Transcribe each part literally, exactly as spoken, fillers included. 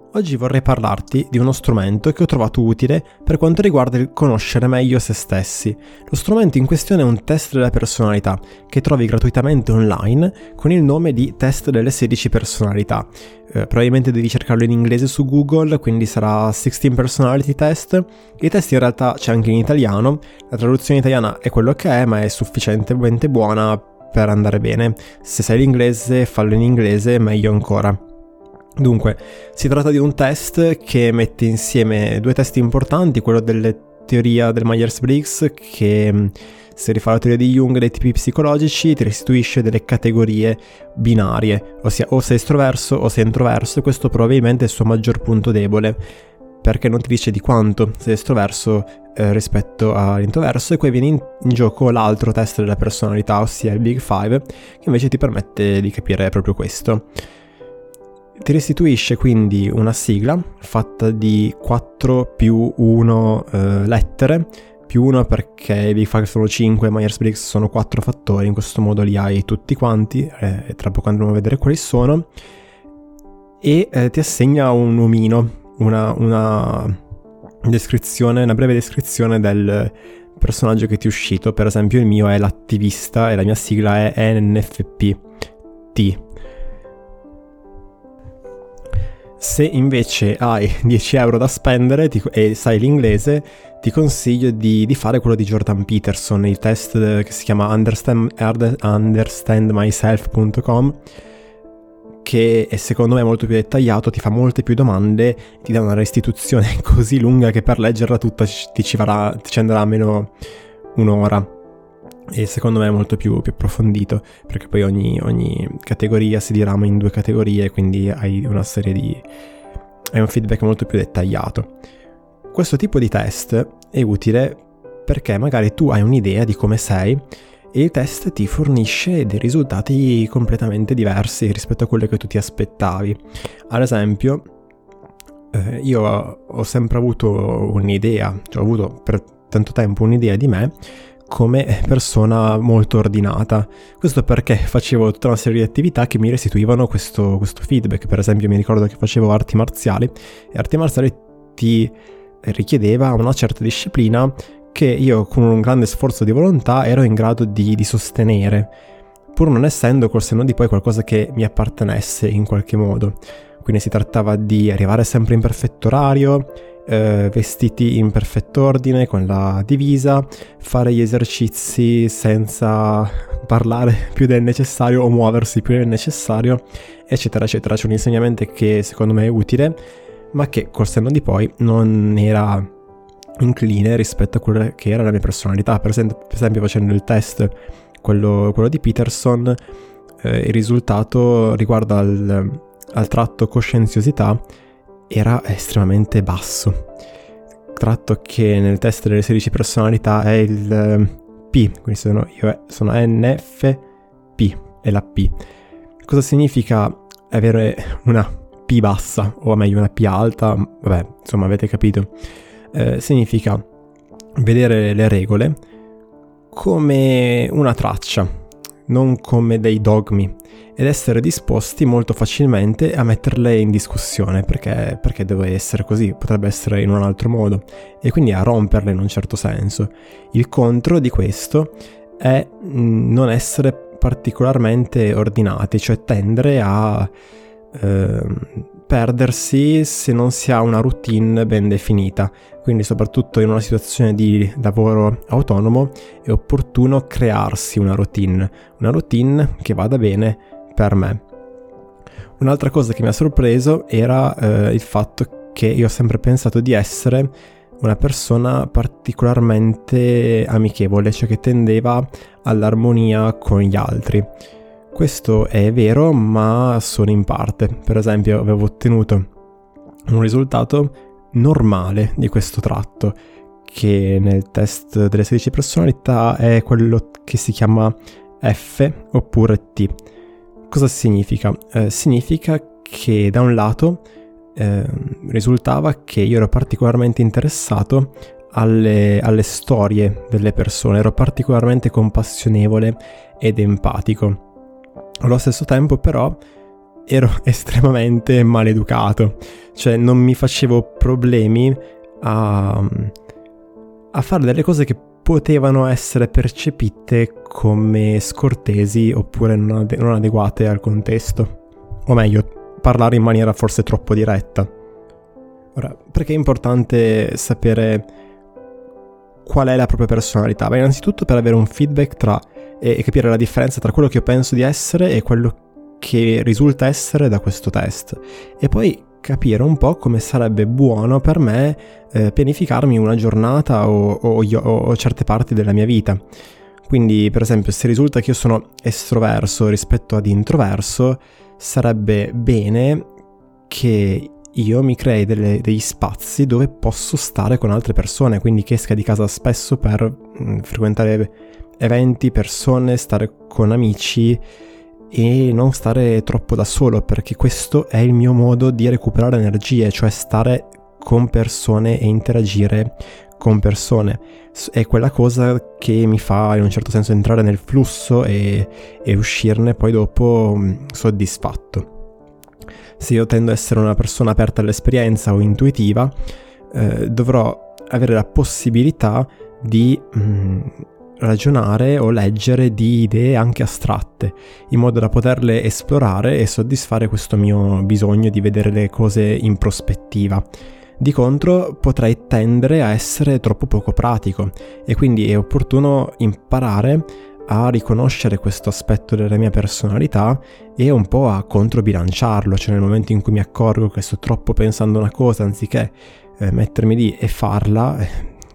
Oggi vorrei parlarti di uno strumento che ho trovato utile per quanto riguarda il conoscere meglio se stessi. Lo strumento in questione è un test della personalità che trovi gratuitamente online con il nome di test delle sedici personalità. Eh, probabilmente devi cercarlo in inglese su Google, quindi sarà sixteen personality test. Il test in realtà c'è anche in italiano, la traduzione italiana è quello che è, ma è sufficientemente buona per andare bene. Se sai l'inglese, fallo in inglese, meglio ancora. Dunque, si tratta di un test che mette insieme due test importanti, quello delle teoria del Myers-Briggs, che se rifà la teoria di Jung dei tipi psicologici, ti restituisce delle categorie binarie, ossia o sei estroverso o sei introverso, e questo probabilmente è il suo maggior punto debole, perché non ti dice di quanto sei estroverso eh, rispetto all'introverso, e poi viene in, in gioco l'altro test della personalità, ossia il Big Five, che invece ti permette di capire proprio questo. Ti restituisce quindi una sigla fatta di quattro più uno eh, lettere, più uno perché i Big Five sono cinque, Myers-Briggs sono quattro fattori, in questo modo li hai tutti quanti, eh, e tra poco andremo a vedere quali sono, e eh, ti assegna un omino, una, una descrizione, una breve descrizione del personaggio che ti è uscito. Per esempio il mio è l'attivista e la mia sigla è N F P T. Se invece hai dieci euro da spendere ti, e sai l'inglese, ti consiglio di, di fare quello di Jordan Peterson, il test che si chiama understand, understand myself punto com, che è secondo me molto più dettagliato, ti fa molte più domande, ti dà una restituzione così lunga che per leggerla tutta ti ci, varrà, ti ci andrà almeno un'ora. E secondo me è molto più, più approfondito, perché poi ogni, ogni categoria si dirama in due categorie, quindi hai una serie di... hai un feedback molto più dettagliato. Questo tipo di test è utile perché magari tu hai un'idea di come sei e il test ti fornisce dei risultati completamente diversi rispetto a quello che tu ti aspettavi. Ad esempio, eh, io ho sempre avuto un'idea, cioè ho avuto per tanto tempo un'idea di me come persona molto ordinata. Questo perché facevo tutta una serie di attività che mi restituivano questo, questo feedback. Per esempio mi ricordo che facevo arti marziali, e arti marziali ti richiedeva una certa disciplina che io con un grande sforzo di volontà ero in grado di, di sostenere, pur non essendo col senno di poi qualcosa che mi appartenesse in qualche modo. Quindi si trattava di arrivare sempre in perfetto orario, Eh, vestiti in perfetto ordine con la divisa, fare gli esercizi senza parlare più del necessario o muoversi più del necessario, eccetera eccetera. C'è un insegnamento che secondo me è utile, ma che col senno di poi non era incline rispetto a quella che era la mia personalità. Per esempio, per esempio facendo il test, quello, quello di Peterson, eh, il risultato riguardo al, al tratto coscienziosità era estremamente basso, tratto che nel test delle sedici personalità è il eh, P, quindi sono, io sono N F P, è la P. Cosa significa avere una P bassa, o meglio una P alta? Vabbè, insomma avete capito. Eh, significa vedere le regole come una traccia, non come dei dogmi, ed essere disposti molto facilmente a metterle in discussione, perché, perché deve essere così, potrebbe essere in un altro modo, e quindi a romperle in un certo senso. Il contro di questo è mh, non essere particolarmente ordinati, cioè tendere a eh, perdersi se non si ha una routine ben definita. Quindi soprattutto in una situazione di lavoro autonomo è opportuno crearsi una routine, una routine che vada bene per me. Un'altra cosa che mi ha sorpreso era eh, il fatto che io ho sempre pensato di essere una persona particolarmente amichevole, cioè che tendeva all'armonia con gli altri. Questo è vero, ma solo in parte. Per esempio, avevo ottenuto un risultato normale di questo tratto, che nel test delle sedici personalità è quello che si chiama F oppure T. Cosa significa? Eh, significa che da un lato eh, risultava che io ero particolarmente interessato alle, alle storie delle persone, ero particolarmente compassionevole ed empatico. Allo stesso tempo però ero estremamente maleducato, cioè non mi facevo problemi a, a fare delle cose che potevano essere percepite come scortesi oppure non, ade- non adeguate al contesto, o meglio, parlare in maniera forse troppo diretta. Ora, perché è importante sapere qual è la propria personalità? Beh, innanzitutto per avere un feedback tra e, e capire la differenza tra quello che io penso di essere e quello che risulta essere da questo test, e poi capire un po' come sarebbe buono per me eh, pianificarmi una giornata o, o, io, o certe parti della mia vita. Quindi, per esempio, se risulta che io sono estroverso rispetto ad introverso, sarebbe bene che io mi crei delle, degli spazi dove posso stare con altre persone, quindi che esca di casa spesso per mh, frequentare eventi, persone, stare con amici e non stare troppo da solo, perché questo è il mio modo di recuperare energie, cioè stare con persone e interagire con persone. È quella cosa che mi fa in un certo senso entrare nel flusso e, e uscirne poi dopo mh, soddisfatto. Se io tendo ad essere una persona aperta all'esperienza o intuitiva, eh, dovrò avere la possibilità di mh, ragionare o leggere di idee anche astratte, in modo da poterle esplorare e soddisfare questo mio bisogno di vedere le cose in prospettiva. Di contro potrei tendere a essere troppo poco pratico, e quindi è opportuno imparare a riconoscere questo aspetto della mia personalità e un po' a controbilanciarlo, cioè nel momento in cui mi accorgo che sto troppo pensando una cosa, anziché eh, mettermi lì e farla, eh,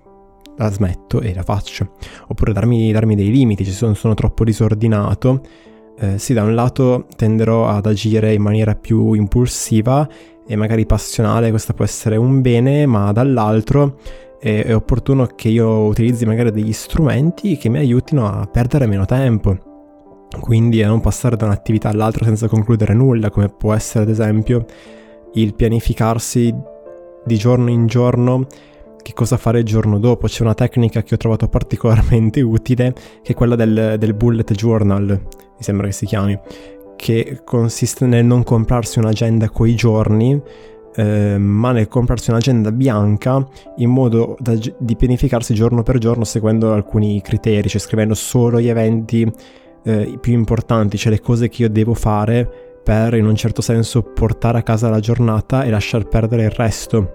la smetto e la faccio. Oppure darmi, darmi dei limiti, cioè se sono, sono troppo disordinato, eh, sì, da un lato tenderò ad agire in maniera più impulsiva e magari passionale, questo può essere un bene, ma dall'altro è, è opportuno che io utilizzi magari degli strumenti che mi aiutino a perdere meno tempo, quindi a non passare da un'attività all'altra senza concludere nulla, come può essere ad esempio il pianificarsi di giorno in giorno che cosa fare il giorno dopo. C'è una tecnica che ho trovato particolarmente utile, che è quella del, del bullet journal, mi sembra che si chiami, che consiste nel non comprarsi un'agenda coi giorni, eh, ma nel comprarsi un'agenda bianca in modo da, di pianificarsi giorno per giorno seguendo alcuni criteri, cioè scrivendo solo gli eventi eh, più importanti, cioè le cose che io devo fare per in un certo senso portare a casa la giornata e lasciar perdere il resto.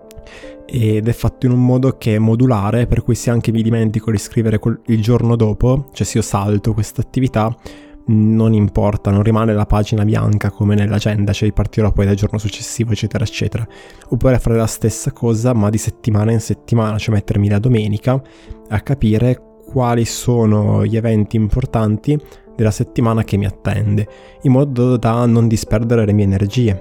Ed è fatto in un modo che è modulare, per cui se anche mi dimentico di scrivere il giorno dopo, cioè se io salto questa attività, non importa, non rimane la pagina bianca come nell'agenda, cioè ripartirò poi dal giorno successivo, eccetera eccetera. Oppure fare la stessa cosa ma di settimana in settimana, cioè mettermi la domenica a capire quali sono gli eventi importanti della settimana che mi attende, in modo da non disperdere le mie energie.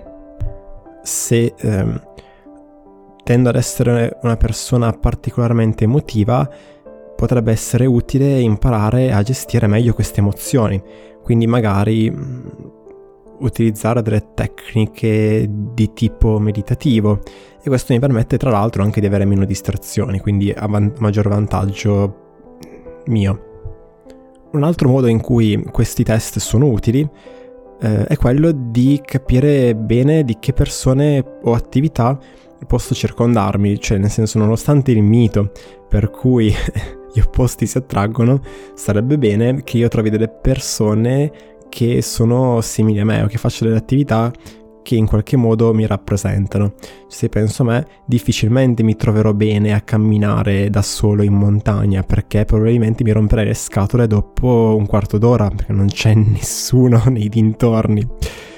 Se ehm, tendo ad essere una persona particolarmente emotiva, potrebbe essere utile imparare a gestire meglio queste emozioni, quindi magari mh, utilizzare delle tecniche di tipo meditativo, e questo mi permette tra l'altro anche di avere meno distrazioni, quindi a van- maggior vantaggio mio. Un altro modo in cui questi test sono utili eh, è quello di capire bene di che persone o attività posso circondarmi, cioè nel senso, nonostante il mito per cui gli opposti si attraggono, sarebbe bene che io trovi delle persone che sono simili a me o che faccio delle attività che in qualche modo mi rappresentano. Se penso a me, difficilmente mi troverò bene a camminare da solo in montagna, perché probabilmente mi romperei le scatole dopo un quarto d'ora, perché non c'è nessuno nei dintorni.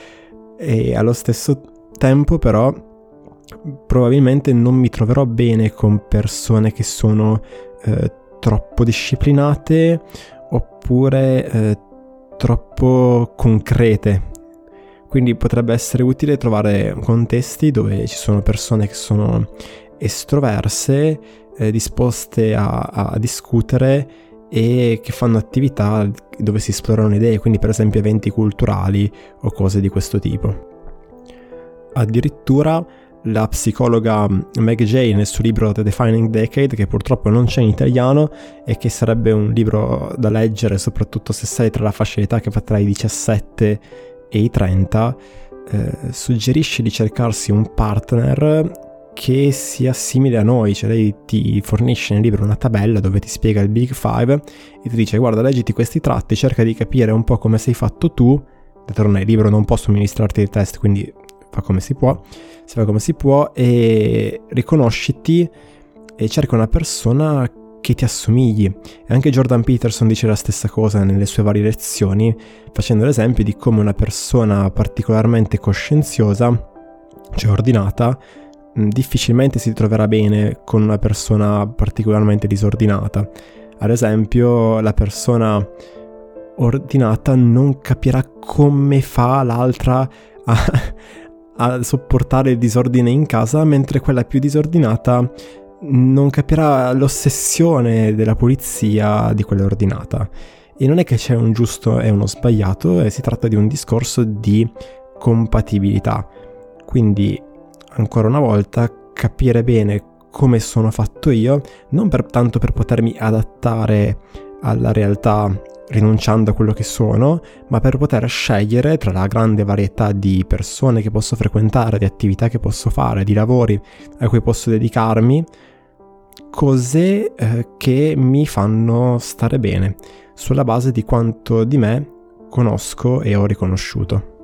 E allo stesso tempo però probabilmente non mi troverò bene con persone che sono eh, troppo disciplinate oppure eh, troppo concrete. Quindi potrebbe essere utile trovare contesti dove ci sono persone che sono estroverse, eh, disposte a, a discutere e che fanno attività dove si esplorano idee, quindi per esempio eventi culturali o cose di questo tipo. Addirittura la psicologa Meg Jay nel suo libro The Defining Decade, che purtroppo non c'è in italiano e che sarebbe un libro da leggere soprattutto se sei tra la fascia d'età che va tra i diciassette e i trenta, eh, suggerisce di cercarsi un partner che sia simile a noi, cioè lei ti fornisce nel libro una tabella dove ti spiega il Big Five e ti dice guarda, leggiti questi tratti, cerca di capire un po' come sei fatto tu. D'altronde il libro non può somministrarti il test, quindi fa come si può, si fa come si può, e riconosciti e cerca una persona che ti assomigli. E anche Jordan Peterson dice la stessa cosa nelle sue varie lezioni, facendo l'esempio di come una persona particolarmente coscienziosa, cioè ordinata, difficilmente si troverà bene con una persona particolarmente disordinata. Ad esempio, la persona ordinata non capirà come fa l'altra a, a sopportare il disordine in casa, mentre quella più disordinata non capirà l'ossessione della pulizia di quella ordinata. E non è che c'è un giusto e uno sbagliato, e si tratta di un discorso di compatibilità. Quindi, ancora una volta, capire bene come sono fatto io, non per, tanto per potermi adattare alla realtà rinunciando a quello che sono, ma per poter scegliere tra la grande varietà di persone che posso frequentare, di attività che posso fare, di lavori a cui posso dedicarmi, cose eh, che mi fanno stare bene, sulla base di quanto di me conosco e ho riconosciuto.